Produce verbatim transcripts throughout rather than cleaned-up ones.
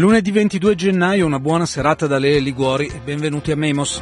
Lunedì ventidue gennaio, una buona serata da Lele Liguori e benvenuti a Memos.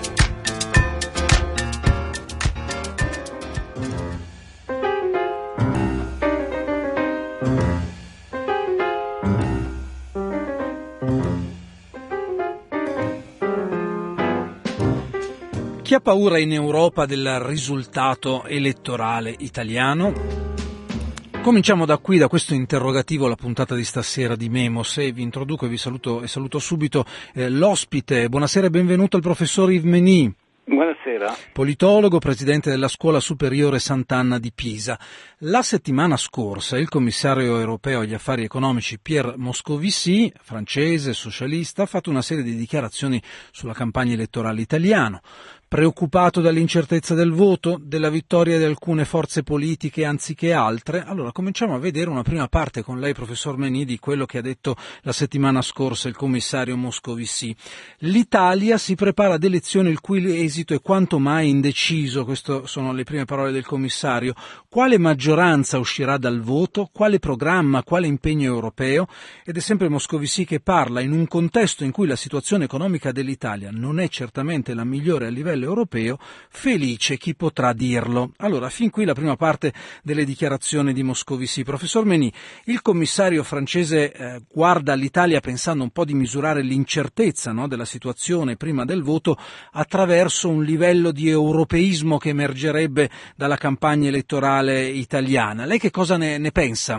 Chi ha paura in Europa del risultato elettorale italiano? Cominciamo da qui, da questo interrogativo, la puntata di stasera di Memos, e vi introduco e vi saluto e saluto subito eh, l'ospite. Buonasera e benvenuto al professor Yves Meny. Buonasera. Politologo, presidente della Scuola Superiore Sant'Anna di Pisa. La settimana scorsa il commissario europeo agli affari economici Pierre Moscovici, francese, socialista, ha fatto una serie di dichiarazioni sulla campagna elettorale italiana. Preoccupato dall'incertezza del voto, della vittoria di alcune forze politiche anziché altre? Allora cominciamo a vedere una prima parte con lei, professor Meny, di quello che ha detto la settimana scorsa il commissario Moscovici. L'Italia si prepara ad elezioni il cui esito è quanto mai indeciso, queste sono le prime parole del commissario. Quale maggioranza uscirà dal voto? Quale programma? Quale impegno europeo? Ed è sempre Moscovici che parla in un contesto in cui la situazione economica dell'Italia non è certamente la migliore a livello europeo. Felice chi potrà dirlo. Allora, fin qui la prima parte delle dichiarazioni di Moscovici. Professor Meny, il commissario francese eh, guarda all'Italia pensando un po' di misurare l'incertezza, no, della situazione prima del voto attraverso un livello di europeismo che emergerebbe dalla campagna elettorale italiana. Lei che cosa ne, ne pensa?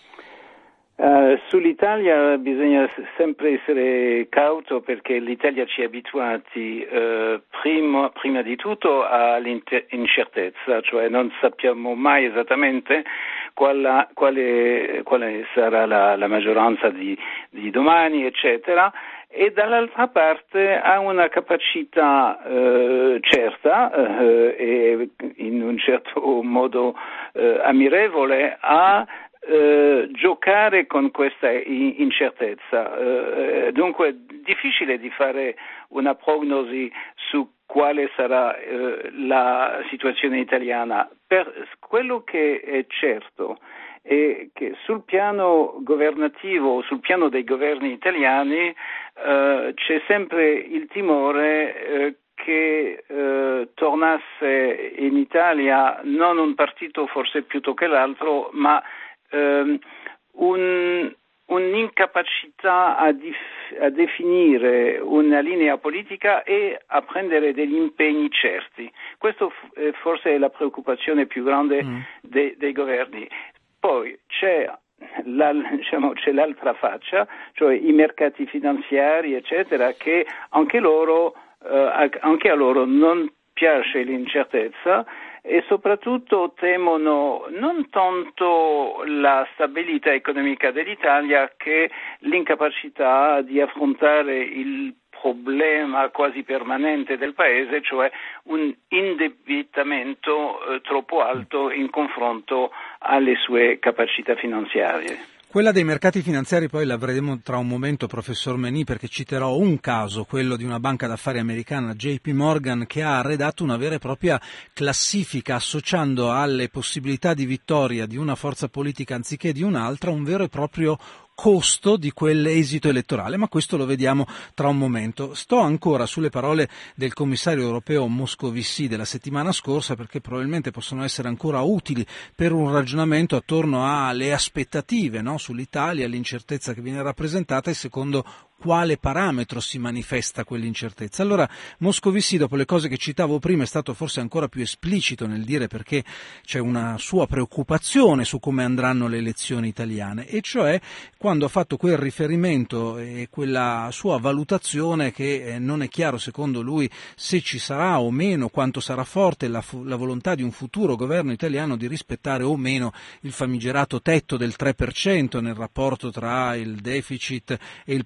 Uh, sull'Italia bisogna sempre essere cauto, perché l'Italia ci ha abituati uh, prima, prima di tutto all'incertezza, cioè non sappiamo mai esattamente quale, quale, quale sarà la, la maggioranza di, di domani, eccetera. E dall'altra parte ha una capacità eh, certa eh, e in un certo modo eh, ammirevole a eh, giocare con questa incertezza. Eh, dunque è difficile di fare una prognosi su quale sarà eh, la situazione italiana. Per quello che è certo e che sul piano governativo, sul piano dei governi italiani, eh, c'è sempre il timore eh, che eh, tornasse in Italia non un partito forse piuttosto che l'altro, ma ehm, un, un'incapacità a, dif- a definire una linea politica e a prendere degli impegni certi. Questo f- forse è la preoccupazione più grande mm. de- dei governi. Poi c'è, la, diciamo, c'è l'altra faccia, cioè i mercati finanziari, eccetera, che anche loro, eh, anche a loro non piace l'incertezza e soprattutto temono non tanto la stabilità economica dell'Italia che l'incapacità di affrontare il problema quasi permanente del paese, cioè un indebitamento eh, troppo alto in confronto alle sue capacità finanziarie. Quella dei mercati finanziari poi la vedremo tra un momento, professor Meny, perché citerò un caso, quello di una banca d'affari americana, J P Morgan, che ha redatto una vera e propria classifica associando alle possibilità di vittoria di una forza politica anziché di un'altra un vero e proprio costo di quell'esito elettorale, ma questo lo vediamo tra un momento. Sto ancora sulle parole del commissario europeo Moscovici della settimana scorsa, perché probabilmente possono essere ancora utili per un ragionamento attorno alle aspettative, no, sull'Italia, l'incertezza che viene rappresentata e secondo quale parametro si manifesta quell'incertezza. Allora Moscovici, dopo le cose che citavo prima, è stato forse ancora più esplicito nel dire perché c'è una sua preoccupazione su come andranno le elezioni italiane, e cioè quando ha fatto quel riferimento e quella sua valutazione che eh, non è chiaro secondo lui se ci sarà o meno, quanto sarà forte la, la volontà di un futuro governo italiano di rispettare o meno il famigerato tetto del tre per cento nel rapporto tra il deficit e il prodotto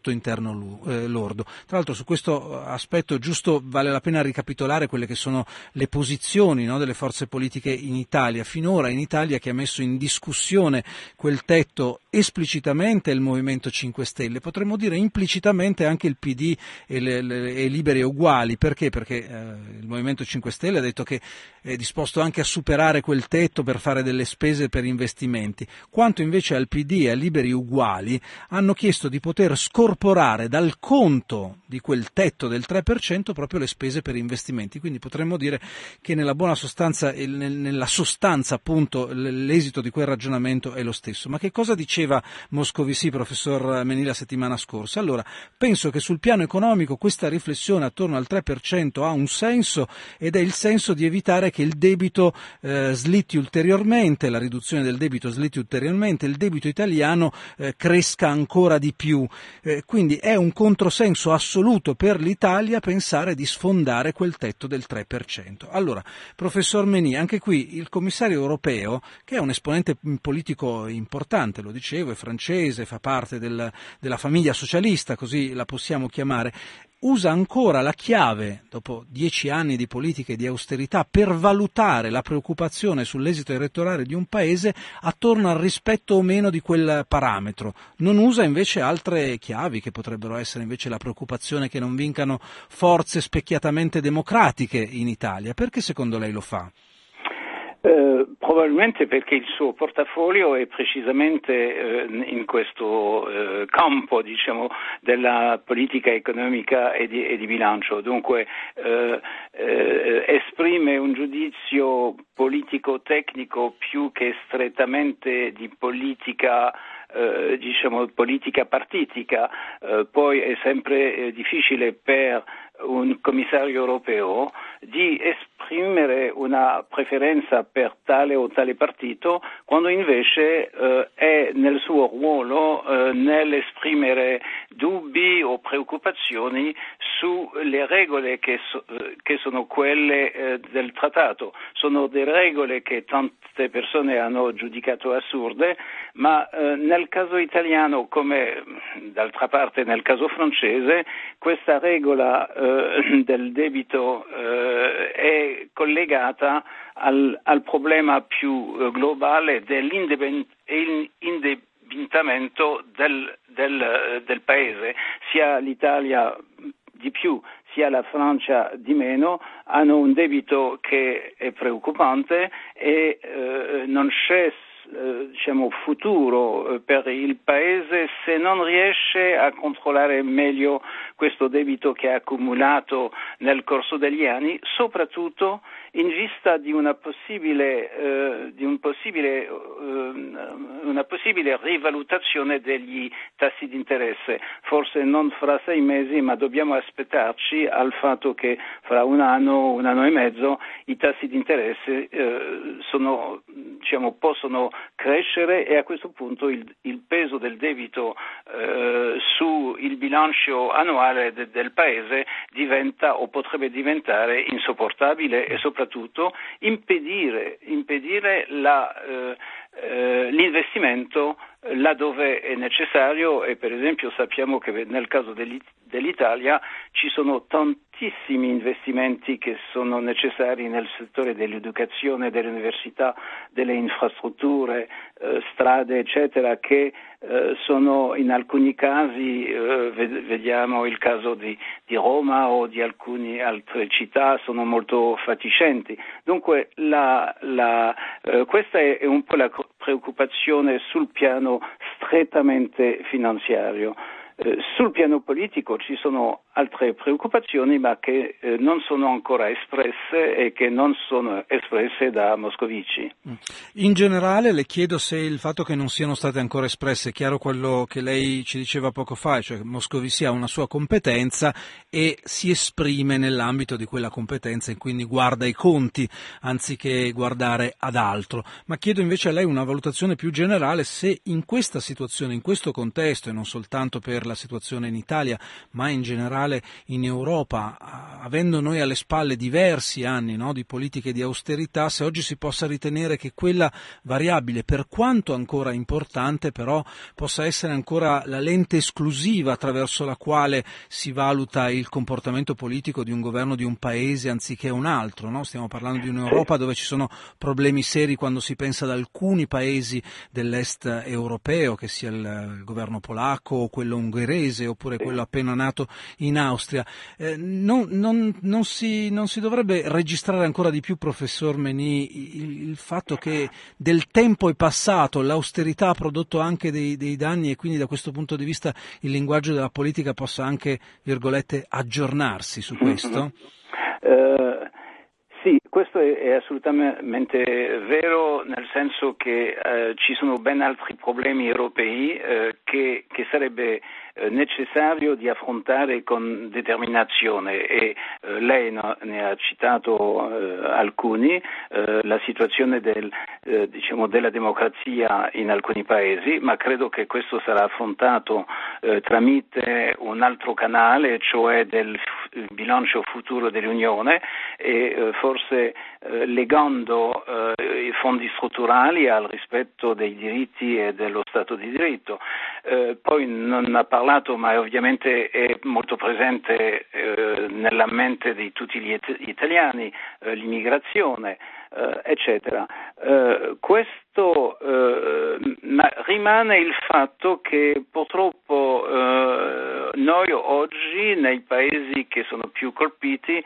prodotto interno lordo. Tra l'altro su questo aspetto giusto vale la pena ricapitolare quelle che sono le posizioni, no, delle forze politiche in Italia. Finora in Italia chi ha messo in discussione quel tetto esplicitamente il Movimento cinque Stelle, potremmo dire implicitamente anche il P D e, le, le, e Liberi e Uguali. Perché? Perché eh, il Movimento cinque Stelle ha detto che è disposto anche a superare quel tetto per fare delle spese per investimenti, quanto invece al P D e a Liberi e Uguali hanno chiesto di poter scorporare dal conto di quel tetto del tre per cento proprio le spese per investimenti. Quindi potremmo dire che nella buona sostanza, nella sostanza appunto, l'esito di quel ragionamento è lo stesso. Ma che cosa diceva Moscovici, professor Mení, la settimana scorsa? Allora, penso che sul piano economico questa riflessione attorno al tre per cento ha un senso, ed è il senso di evitare che il debito eh, slitti ulteriormente, la riduzione del debito slitti ulteriormente, il debito italiano eh, cresca ancora di più. Eh, quindi è un controsenso assoluto per l'Italia pensare di sfondare quel tetto del tre per cento. Allora, professor Mení, anche qui il commissario europeo, che è un esponente politico importante, lo dicevo, è francese, fa parte del, della famiglia socialista, così la possiamo chiamare, usa ancora la chiave, dopo dieci anni di politiche di austerità, per valutare la preoccupazione sull'esito elettorale di un paese attorno al rispetto o meno di quel parametro. Non usa invece altre chiavi, che potrebbero essere invece la preoccupazione che non vincano forze specchiatamente democratiche in Italia. Perché secondo lei lo fa? Eh, probabilmente perché il suo portafoglio è precisamente eh, in questo eh, campo, diciamo, della politica economica e di, e di bilancio. Dunque eh, eh, esprime un giudizio politico-tecnico più che strettamente di politica Eh, diciamo politica partitica. Eh, poi è sempre eh, difficile per un commissario europeo di esprimere una preferenza per tale o tale partito, quando invece eh, è nel suo ruolo eh, nell'esprimere dubbi o preoccupazioni sulle regole che, so, che sono quelle eh, del trattato. Sono delle regole che tante persone hanno giudicato assurde, ma eh, nel caso italiano, come d'altra parte nel caso francese, questa regola eh, del debito eh, è collegata al, al problema più eh, globale dell'indebitamento del, del, del paese. Sia l'Italia di più sia la Francia di meno hanno un debito che è preoccupante e eh, non c'è Eh, diciamo futuro eh, per il paese se non riesce a controllare meglio questo debito che ha accumulato nel corso degli anni, soprattutto in vista di una possibile eh, di un possibile eh, una possibile rivalutazione degli tassi di interesse, forse non fra sei mesi, ma dobbiamo aspettarci al fatto che fra un anno, un anno e mezzo i tassi di interesse eh, sono diciamo possono crescere e a questo punto il, il peso del debito eh, su il bilancio annuale de, del paese diventa o potrebbe diventare insopportabile e soprattutto impedire, impedire la, eh, eh, l'investimento laddove è necessario. E per esempio sappiamo che nel caso dell'Italia ci sono tantissimi investimenti che sono necessari nel settore dell'educazione, dell'università, delle infrastrutture, eh, strade eccetera, che eh, sono in alcuni casi, eh, vediamo il caso di, di Roma o di alcune altre città, sono molto fatiscenti. Dunque la, la, eh, questa è, è un po' la preoccupazione sul piano strettamente finanziario. Eh, sul piano politico ci sono altre preoccupazioni, ma che eh, non sono ancora espresse e che non sono espresse da Moscovici. In generale le chiedo se il fatto che non siano state ancora espresse, è chiaro quello che lei ci diceva poco fa, cioè che Moscovici ha una sua competenza e si esprime nell'ambito di quella competenza e quindi guarda i conti anziché guardare ad altro. Ma chiedo invece a lei una valutazione più generale se in questa situazione, in questo contesto, e non soltanto per la situazione in Italia, ma in generale quale in Europa, avendo noi alle spalle diversi anni, no, di politiche di austerità, se oggi si possa ritenere che quella variabile, per quanto ancora importante, però possa essere ancora la lente esclusiva attraverso la quale si valuta il comportamento politico di un governo di un paese anziché un altro, no? Stiamo parlando di un'Europa dove ci sono problemi seri quando si pensa ad alcuni paesi dell'est europeo, che sia il, il governo polacco o quello ungherese oppure quello appena nato in Austria. Eh, non, non, non, si, non si dovrebbe registrare ancora di più, professor Meny, il, il fatto che del tempo è passato, l'austerità ha prodotto anche dei, dei danni e quindi da questo punto di vista il linguaggio della politica possa anche, virgolette, aggiornarsi su questo? Uh, sì, questo è, è assolutamente vero, nel senso che uh, ci sono ben altri problemi europei uh, che, che sarebbe uh, necessario di affrontare con determinazione e uh, lei no, ne ha citato uh, alcuni, uh, la situazione del, uh, diciamo, della democrazia in alcuni paesi, ma credo che questo sarà affrontato uh, tramite un altro canale, cioè del f- bilancio futuro dell'Unione e uh, forse eh, legando eh, i fondi strutturali al rispetto dei diritti e dello Stato di diritto. Eh, poi non ha parlato, ma ovviamente è molto presente eh, nella mente di tutti gli it- italiani, eh, l'immigrazione, eh, eccetera. Eh, questo eh, ma rimane il fatto che purtroppo eh, noi oggi nei paesi che sono più colpiti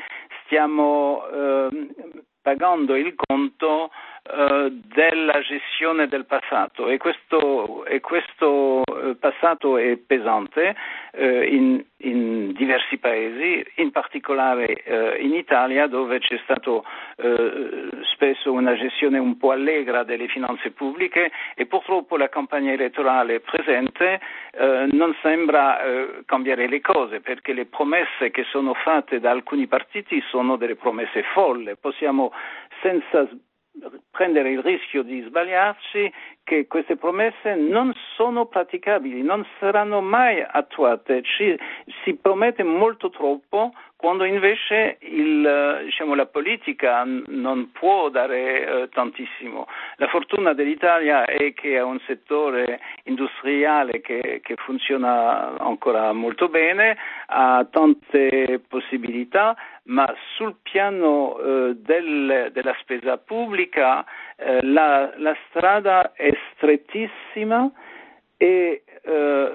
stiamo eh, pagando il conto eh, della gestione del passato e questo, e questo eh, passato è pesante eh, in, in diversi paesi, in particolare eh, in Italia, dove c'è stato eh, spesso una gestione un po' allegra delle finanze pubbliche e purtroppo la campagna elettorale presente eh, non sembra eh, cambiare le cose, perché le promesse che sono fatte da alcuni partiti sono delle promesse folle. Possiamo senza prendere il rischio di sbagliarci che queste promesse non sono praticabili, non saranno mai attuate. Ci, si promette molto troppo quando invece il, diciamo, la politica non può dare eh, tantissimo. La fortuna dell'Italia è che ha un settore industriale che, che funziona ancora molto bene, ha tante possibilità, ma sul piano eh, del, della spesa pubblica eh, la, la strada è strettissima e, eh,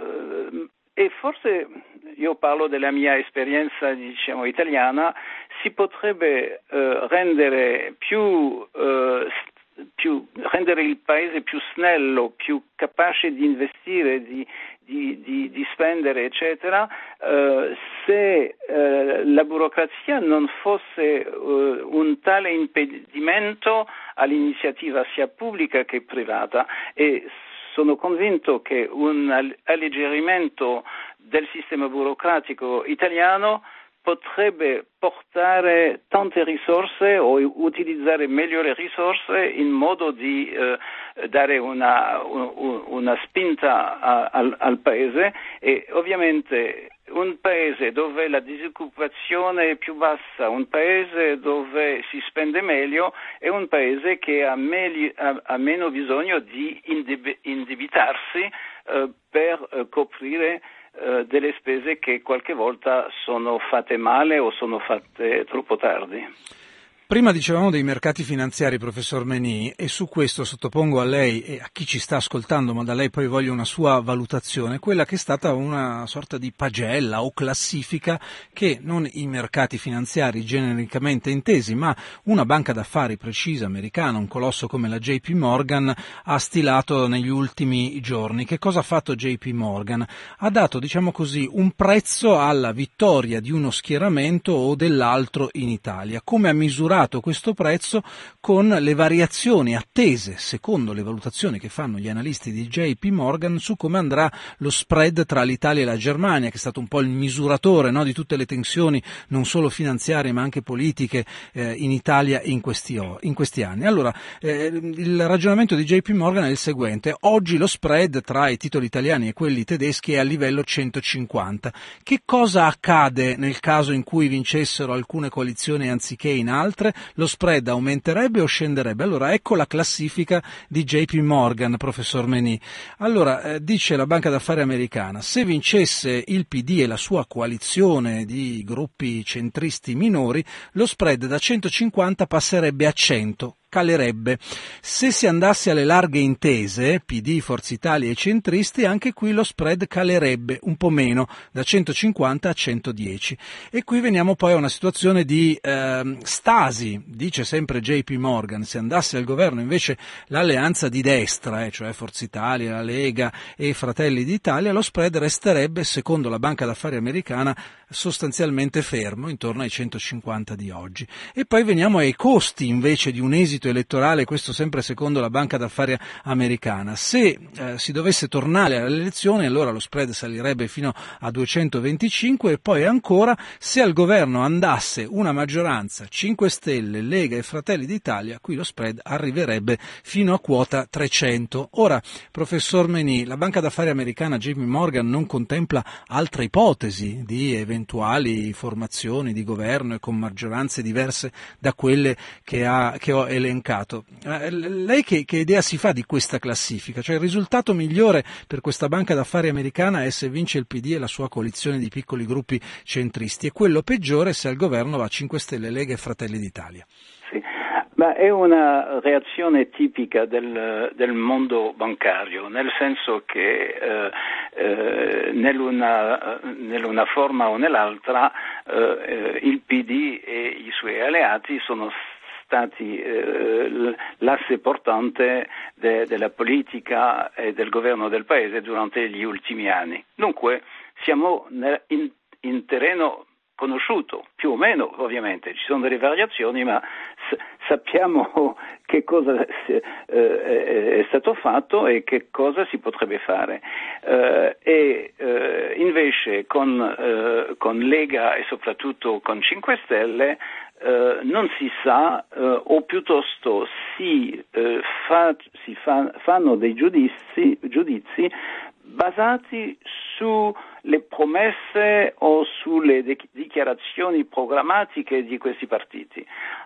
e forse, io parlo della mia esperienza, diciamo, italiana, si potrebbe eh, rendere più, eh, più rendere il paese più snello, più capace di investire, di Di, di, di spendere, eccetera, eh, se eh, la burocrazia non fosse eh, un tale impedimento all'iniziativa sia pubblica che privata. E sono convinto che un alleggerimento del sistema burocratico italiano potrebbe portare tante risorse o utilizzare meglio le risorse in modo di eh, dare una, un, una spinta a, al, al paese e ovviamente un paese dove la disoccupazione è più bassa, un paese dove si spende meglio è un paese che ha, meglio, ha, ha meno bisogno di indeb- indebitarsi eh, per eh, coprire delle spese che qualche volta sono fatte male o sono fatte troppo tardi. Prima dicevamo dei mercati finanziari, professor Meny, e su questo sottopongo a lei e a chi ci sta ascoltando, ma da lei poi voglio una sua valutazione, quella che è stata una sorta di pagella o classifica che non i mercati finanziari genericamente intesi, ma una banca d'affari precisa americana, un colosso come la J P Morgan, ha stilato negli ultimi giorni. Che cosa ha fatto J P Morgan? Ha dato, diciamo così, un prezzo alla vittoria di uno schieramento o dell'altro in Italia. Come ha misurato misurato questo prezzo con le variazioni attese, secondo le valutazioni che fanno gli analisti di J P Morgan, su come andrà lo spread tra l'Italia e la Germania, che è stato un po' il misuratore, no, di tutte le tensioni non solo finanziarie ma anche politiche eh, in Italia in questi, in questi anni. Allora, eh, il ragionamento di J P Morgan è il seguente: oggi lo spread tra i titoli italiani e quelli tedeschi è a livello centocinquanta. Che cosa accade nel caso in cui vincessero alcune coalizioni anziché in altre? Lo spread aumenterebbe o scenderebbe? Allora, ecco la classifica di J P Morgan, professor Meny. Allora, eh, dice la banca d'affari americana: se vincesse il P D e la sua coalizione di gruppi centristi minori, lo spread da centocinquanta passerebbe a cento. Calerebbe. Se si andasse alle larghe intese, P D, Forza Italia e centristi, anche qui lo spread calerebbe un po' meno, da centocinquanta a centodieci. E qui veniamo poi a una situazione di eh, stasi, dice sempre J P Morgan: se andasse al governo invece l'alleanza di destra, eh, cioè Forza Italia, la Lega e Fratelli d'Italia, lo spread resterebbe, secondo la banca d'affari americana, sostanzialmente fermo, intorno ai centocinquanta di oggi. E poi veniamo ai costi invece di un esito elettorale, questo sempre secondo la banca d'affari americana. Se eh, si dovesse tornare alle elezioni, allora lo spread salirebbe fino a duecentoventicinque, e poi ancora se al governo andasse una maggioranza cinque Stelle, Lega e Fratelli d'Italia, qui lo spread arriverebbe fino a quota trecento. Ora, professor Meny, la banca d'affari americana J P Morgan non contempla altre ipotesi di eventuali formazioni di governo e con maggioranze diverse da quelle che, ha, che ho elencato? Eh, lei che, che idea si fa di questa classifica? Cioè, il risultato migliore per questa banca d'affari americana è se vince il P D e la sua coalizione di piccoli gruppi centristi, e quello peggiore se al governo va cinque Stelle, Lega e Fratelli d'Italia. Sì. Ma è una reazione tipica del, del mondo bancario, nel senso che eh, eh, nell'una, nell'una forma o nell'altra eh, il P D e i suoi alleati sono stati eh, l'asse portante de, della politica e del governo del paese durante gli ultimi anni. Dunque siamo in, in terreno conosciuto, più o meno, ovviamente ci sono delle variazioni, ma s- sappiamo che cosa eh, è stato fatto e che cosa si potrebbe fare. Eh, e eh, invece con, eh, con Lega e soprattutto con cinque Stelle eh, non si sa, eh, o piuttosto si, eh, fa, si fa, fanno dei giudizi, giudizi basati sulle promesse o sulle dichiarazioni programmatiche di questi partiti.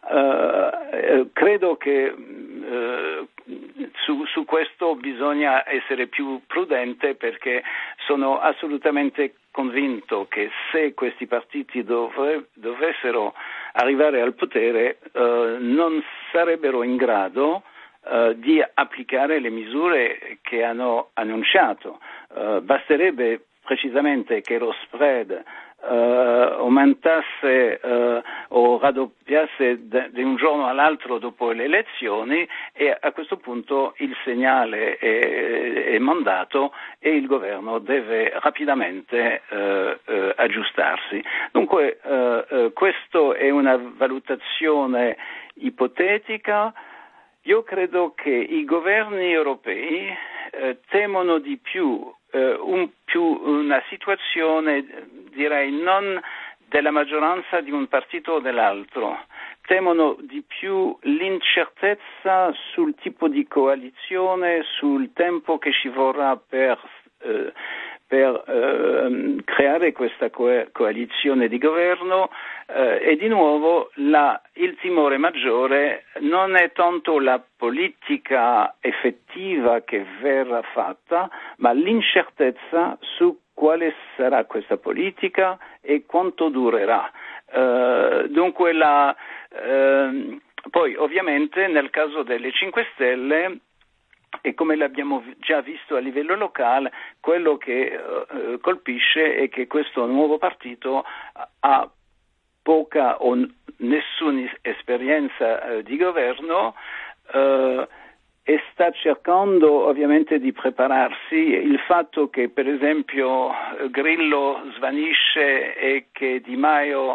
Uh, credo che uh, su, su questo bisogna essere più prudente, perché sono assolutamente convinto che se questi partiti dovre, dovessero arrivare al potere uh, non sarebbero in grado Uh, di applicare le misure che hanno annunciato. Uh, basterebbe precisamente che lo spread uh, aumentasse uh, o raddoppiasse di un giorno all'altro dopo le elezioni, e a questo punto il segnale è, è mandato e il governo deve rapidamente uh, uh, aggiustarsi. Dunque uh, uh, questo è una valutazione ipotetica. Io credo che i governi europei eh, temono di più, eh, un, più una situazione, direi, non della maggioranza di un partito o dell'altro, temono di più l'incertezza sul tipo di coalizione, sul tempo che ci vorrà per eh, per eh, creare questa co- coalizione di governo eh, e di nuovo la, il timore maggiore non è tanto la politica effettiva che verrà fatta, ma l'incertezza su quale sarà questa politica e quanto durerà. Eh, dunque la, eh, poi ovviamente nel caso delle cinque Stelle, e come l'abbiamo già visto a livello locale, quello che uh, colpisce è che questo nuovo partito ha poca o n- nessuna esperienza uh, di governo uh, e sta cercando ovviamente di prepararsi. Il fatto che per esempio Grillo svanisce e che Di Maio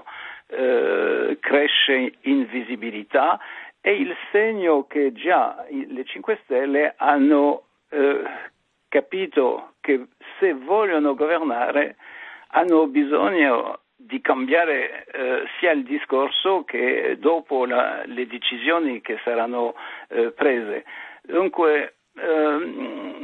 eh, cresce in visibilità, è il segno che già le cinque Stelle hanno eh, capito che se vogliono governare hanno bisogno di cambiare eh, sia il discorso che dopo la, le decisioni che saranno eh, prese. Dunque ehm,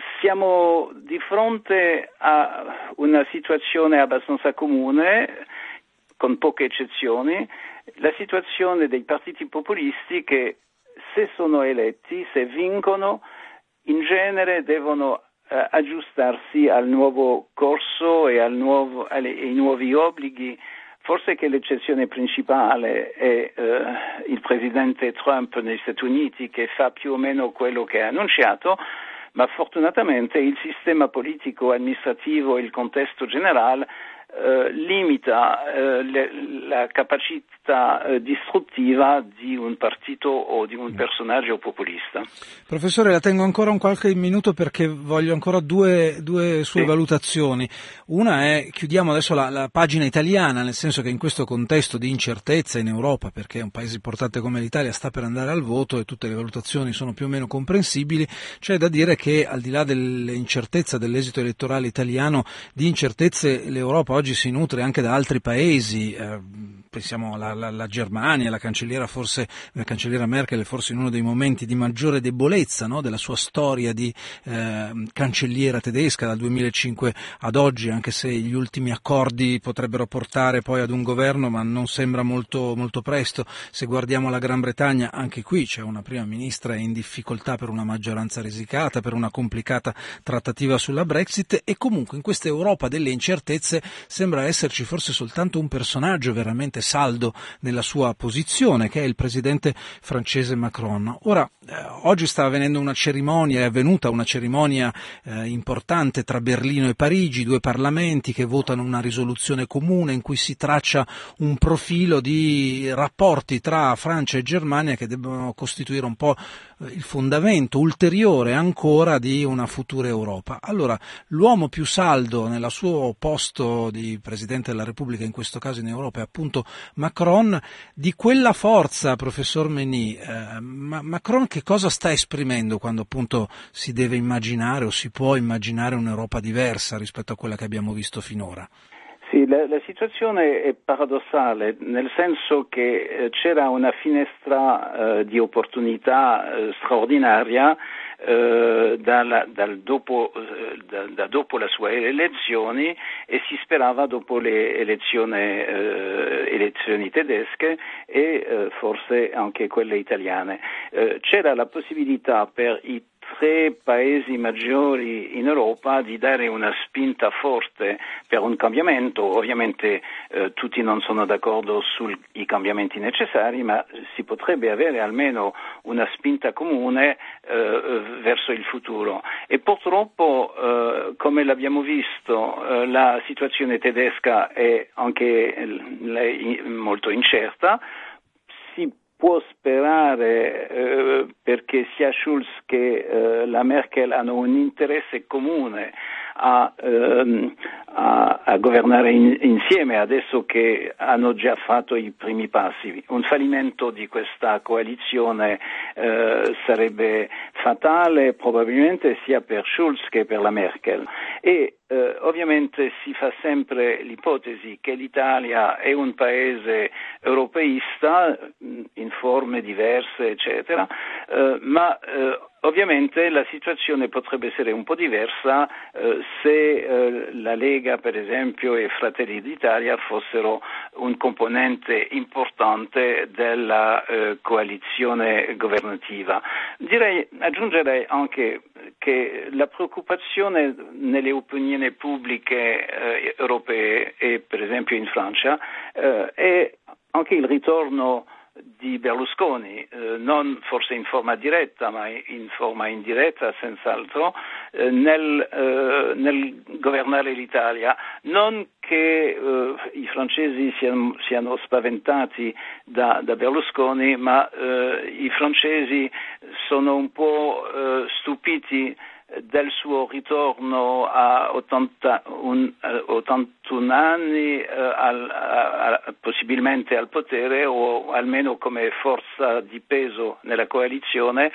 siamo di fronte a una situazione abbastanza comune, con poche eccezioni, la situazione dei partiti populisti che, se sono eletti, se vincono, in genere devono eh, aggiustarsi al nuovo corso e al nuovo, alle, ai nuovi obblighi. Forse che l'eccezione principale è eh, il presidente Trump negli Stati Uniti, che fa più o meno quello che ha annunciato, ma fortunatamente il sistema politico, amministrativo e il contesto generale eh, limita eh, le, la capacità eh, distruttiva di un partito o di un personaggio populista. Professore, la tengo ancora un qualche minuto perché voglio ancora due, due sue sì. valutazioni. Una è, chiudiamo adesso la, la pagina italiana, nel senso che in questo contesto di incertezza in Europa, perché un paese importante come l'Italia sta per andare al voto e tutte le valutazioni sono più o meno comprensibili, c'è da dire che al di là dell'incertezza dell'esito elettorale italiano, di incertezze l'Europa oggi si nutre anche da altri paesi, eh, pensiamo alla, alla, alla Germania, la cancelliera forse, la cancelliera Merkel forse in uno dei momenti di maggiore debolezza, no, della sua storia di eh, cancelliera tedesca dal duemilacinque ad oggi, anche se gli ultimi accordi potrebbero portare poi ad un governo, ma non sembra molto, molto presto. Se guardiamo la Gran Bretagna, anche qui c'è una prima ministra in difficoltà per una maggioranza risicata, per una complicata trattativa sulla Brexit, e comunque in questa Europa delle incertezze sembra esserci forse soltanto un personaggio veramente saldo nella sua posizione, che è il presidente francese Macron. Ora, eh, oggi sta avvenendo una cerimonia, è avvenuta una cerimonia eh, importante tra Berlino e Parigi, due parlamenti che votano una risoluzione comune in cui si traccia un profilo di rapporti tra Francia e Germania che debbono costituire un po' il fondamento ulteriore ancora di una futura Europa. Allora, l'uomo più saldo nel suo posto di Presidente della Repubblica, in questo caso in Europa, è appunto Macron. Di quella forza, professor Meny, eh, Macron che cosa sta esprimendo quando appunto si deve immaginare o si può immaginare un'Europa diversa rispetto a quella che abbiamo visto finora? Sì, la, la situazione è paradossale, nel senso che eh, c'era una finestra eh, di opportunità eh, straordinaria eh, dalla, dal dopo, eh, da, da dopo le sue elezioni, e si sperava dopo le elezioni, eh, elezioni tedesche e eh, forse anche quelle italiane. Eh, c'era la possibilità per i tre paesi maggiori in Europa di dare una spinta forte per un cambiamento. Ovviamente eh, tutti non sono d'accordo sui cambiamenti necessari, ma si potrebbe avere almeno una spinta comune eh, verso il futuro. E purtroppo, eh, come l'abbiamo visto, eh, la situazione tedesca è anche eh, molto incerta. Si può sperare, eh, perché sia Schulz che eh, la Merkel hanno un interesse comune a, ehm, a, a governare in, insieme, adesso che hanno già fatto i primi passi. Un fallimento di questa coalizione eh, sarebbe fatale probabilmente sia per Schulz che per la Merkel. E Eh, ovviamente si fa sempre l'ipotesi che l'Italia è un paese europeista in forme diverse, eccetera, eh, ma eh, ovviamente la situazione potrebbe essere un po' diversa eh, se eh, la Lega, per esempio, e Fratelli d'Italia fossero un componente importante della eh, coalizione governativa. Direi, aggiungerei anche che la preoccupazione nelle opinioni pubbliche eh, europee e per esempio in Francia eh, è anche il ritorno di Berlusconi, eh, non forse in forma diretta ma in forma indiretta senz'altro, eh, nel, eh, nel governare l'Italia. Non che eh, i francesi siano, siano spaventati da, da Berlusconi, ma eh, i francesi sono un po' eh, stupiti del suo ritorno a ottantuno anni eh, al, a, a, possibilmente al potere o almeno come forza di peso nella coalizione,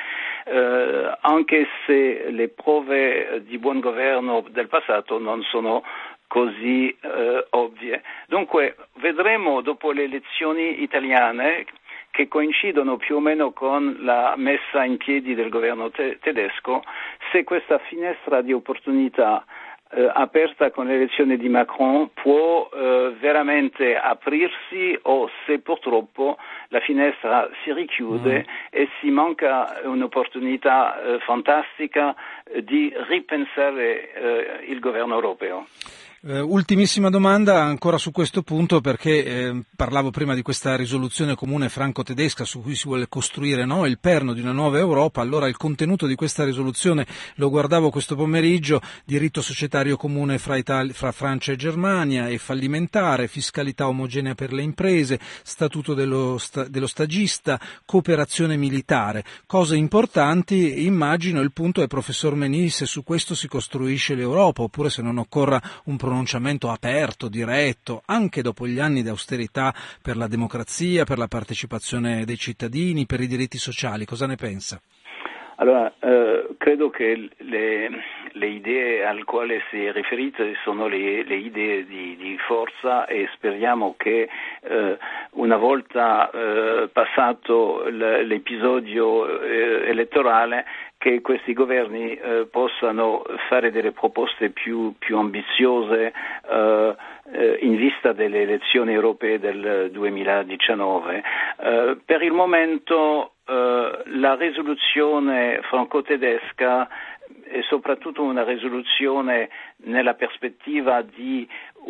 eh, anche se le prove di buon governo del passato non sono così eh, ovvie. Dunque vedremo dopo le elezioni italiane, che coincidono più o meno con la messa in piedi del governo te- tedesco, se questa finestra di opportunità eh, aperta con l'elezione di Macron può eh, veramente aprirsi o se purtroppo la finestra si richiude mm. e si manca un'opportunità eh, fantastica eh, di ripensare eh, il governo europeo. Uh, ultimissima domanda ancora su questo punto, perché eh, parlavo prima di questa risoluzione comune franco-tedesca su cui si vuole costruire, no, il perno di una nuova Europa. Allora il contenuto di questa risoluzione lo guardavo questo pomeriggio: diritto societario comune fra, Italia, fra Francia e Germania, è fallimentare, fiscalità omogenea per le imprese, statuto dello, sta, dello stagista, cooperazione militare, cose importanti. Immagino il punto è, professor Meny, se su questo si costruisce l'Europa oppure se non occorra un pronunciamento aperto, diretto, anche dopo gli anni di austerità, per la democrazia, per la partecipazione dei cittadini, per i diritti sociali. Cosa ne pensa? Allora, eh, credo che le, le idee al quale si è riferito sono le, le idee di, di forza, e speriamo che eh, una volta eh, passato l'episodio eh, elettorale, che questi governi eh, possano fare delle proposte più, più ambiziose eh, eh, in vista delle elezioni europee del duemiladiciannove. Eh, per il momento eh, la risoluzione franco-tedesca è soprattutto una risoluzione nella prospettiva di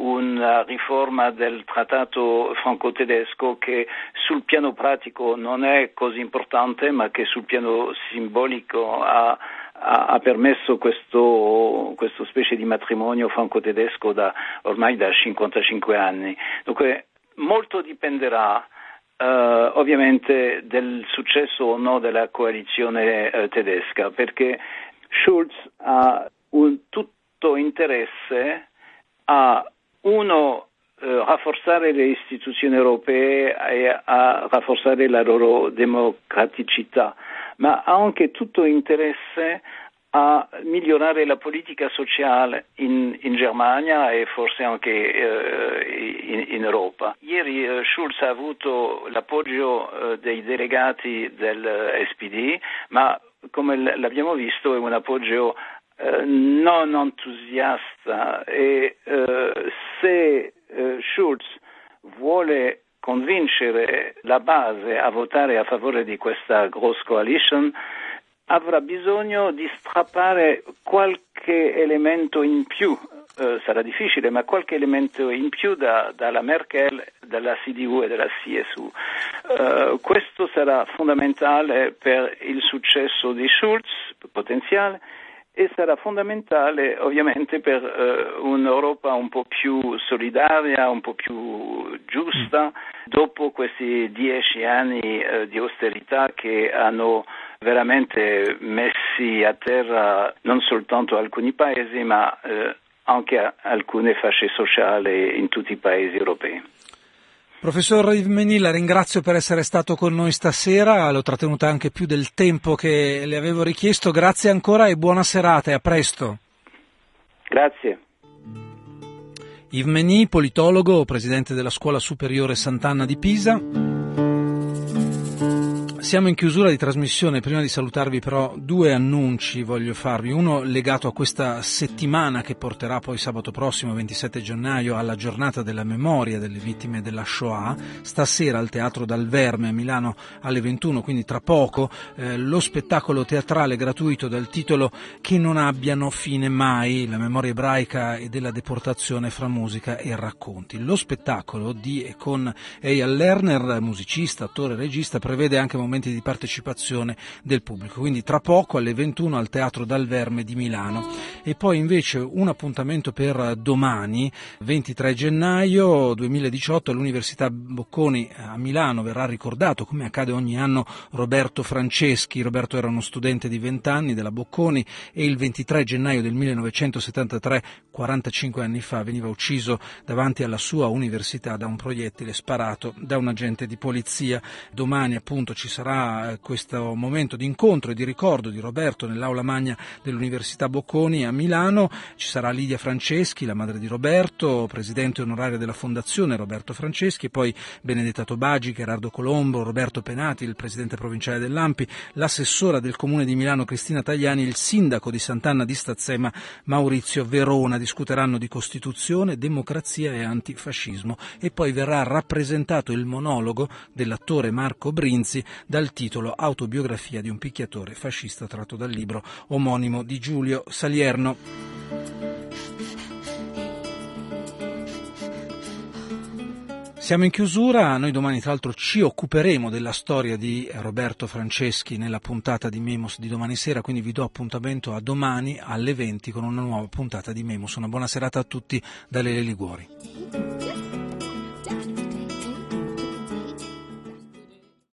una riforma del trattato franco-tedesco che sul piano pratico non è così importante, ma che sul piano simbolico ha, ha, ha permesso questo, questo specie di matrimonio franco-tedesco da, ormai da cinquantacinque anni. Dunque molto dipenderà Uh, ovviamente del successo o no della coalizione uh, tedesca, perché Schulz ha un tutto interesse a uno uh, rafforzare le istituzioni europee e a rafforzare la loro democraticità, ma ha anche tutto interesse a migliorare la politica sociale in, in Germania e forse anche eh, in, in Europa. Ieri eh, Schulz ha avuto l'appoggio eh, dei delegati del S P D, ma come l'abbiamo visto è un appoggio eh, non entusiasta, e eh, se eh, Schulz vuole convincere la base a votare a favore di questa gross coalition, avrà bisogno di strappare qualche elemento in più, eh, sarà difficile, ma qualche elemento in più da, dalla Merkel, dalla C D U e dalla C S U. Uh, questo sarà fondamentale per il successo di Schulz potenziale, e sarà fondamentale ovviamente per uh, un'Europa un po' più solidaria, un po' più giusta, dopo questi dieci anni uh, di austerità che hanno veramente messi a terra non soltanto alcuni paesi, ma uh, anche alcune fasce sociali in tutti i paesi europei. Professor Yves Meny, la ringrazio per essere stato con noi stasera, l'ho trattenuta anche più del tempo che le avevo richiesto. Grazie ancora e buona serata, e a presto. Grazie. Yves Meny, politologo, presidente della Scuola Superiore Sant'Anna di Pisa. Siamo in chiusura di trasmissione. Prima di salutarvi però due annunci voglio farvi. Uno legato a questa settimana che porterà poi sabato prossimo, ventisette gennaio, alla giornata della memoria delle vittime della Shoah. Stasera al Teatro Dal Verme a Milano alle ventuno, quindi tra poco, eh, lo spettacolo teatrale gratuito dal titolo Che non abbiano fine mai, la memoria ebraica e della deportazione fra musica e racconti. Lo spettacolo di e con Eyal Lerner, musicista, attore, regista, prevede anche momenti momenti di partecipazione del pubblico. Quindi tra poco alle ventuno al Teatro Dal Verme di Milano. E poi invece un appuntamento per domani, ventitré gennaio duemiladiciotto, all'Università Bocconi a Milano verrà ricordato, come accade ogni anno, Roberto Franceschi. Roberto era uno studente di venti anni della Bocconi e il ventitré gennaio del millenovecentosettantatré, quarantacinque anni fa, veniva ucciso davanti alla sua università da un proiettile sparato da un agente di polizia. Domani appunto ci sarà questo momento di incontro e di ricordo di Roberto nell'aula magna dell'Università Bocconi a Milano. Ci sarà Lidia Franceschi, la madre di Roberto, presidente onoraria della Fondazione Roberto Franceschi, e poi Benedetta Tobagi, Gerardo Colombo, Roberto Penati, il presidente provinciale dell'A M P I, l'assessora del Comune di Milano Cristina Tagliani, il sindaco di Sant'Anna di Stazzema Maurizio Verona. Discuteranno di Costituzione, democrazia e antifascismo, e poi verrà rappresentato il monologo dell'attore Marco Brinzi dal titolo Autobiografia di un picchiatore fascista, tratto dal libro omonimo di Giulio Salierno. Siamo in chiusura, noi domani tra l'altro ci occuperemo della storia di Roberto Franceschi nella puntata di Memos di domani sera, quindi vi do appuntamento a domani alle venti con una nuova puntata di Memos. Una buona serata a tutti da Lele Liguori.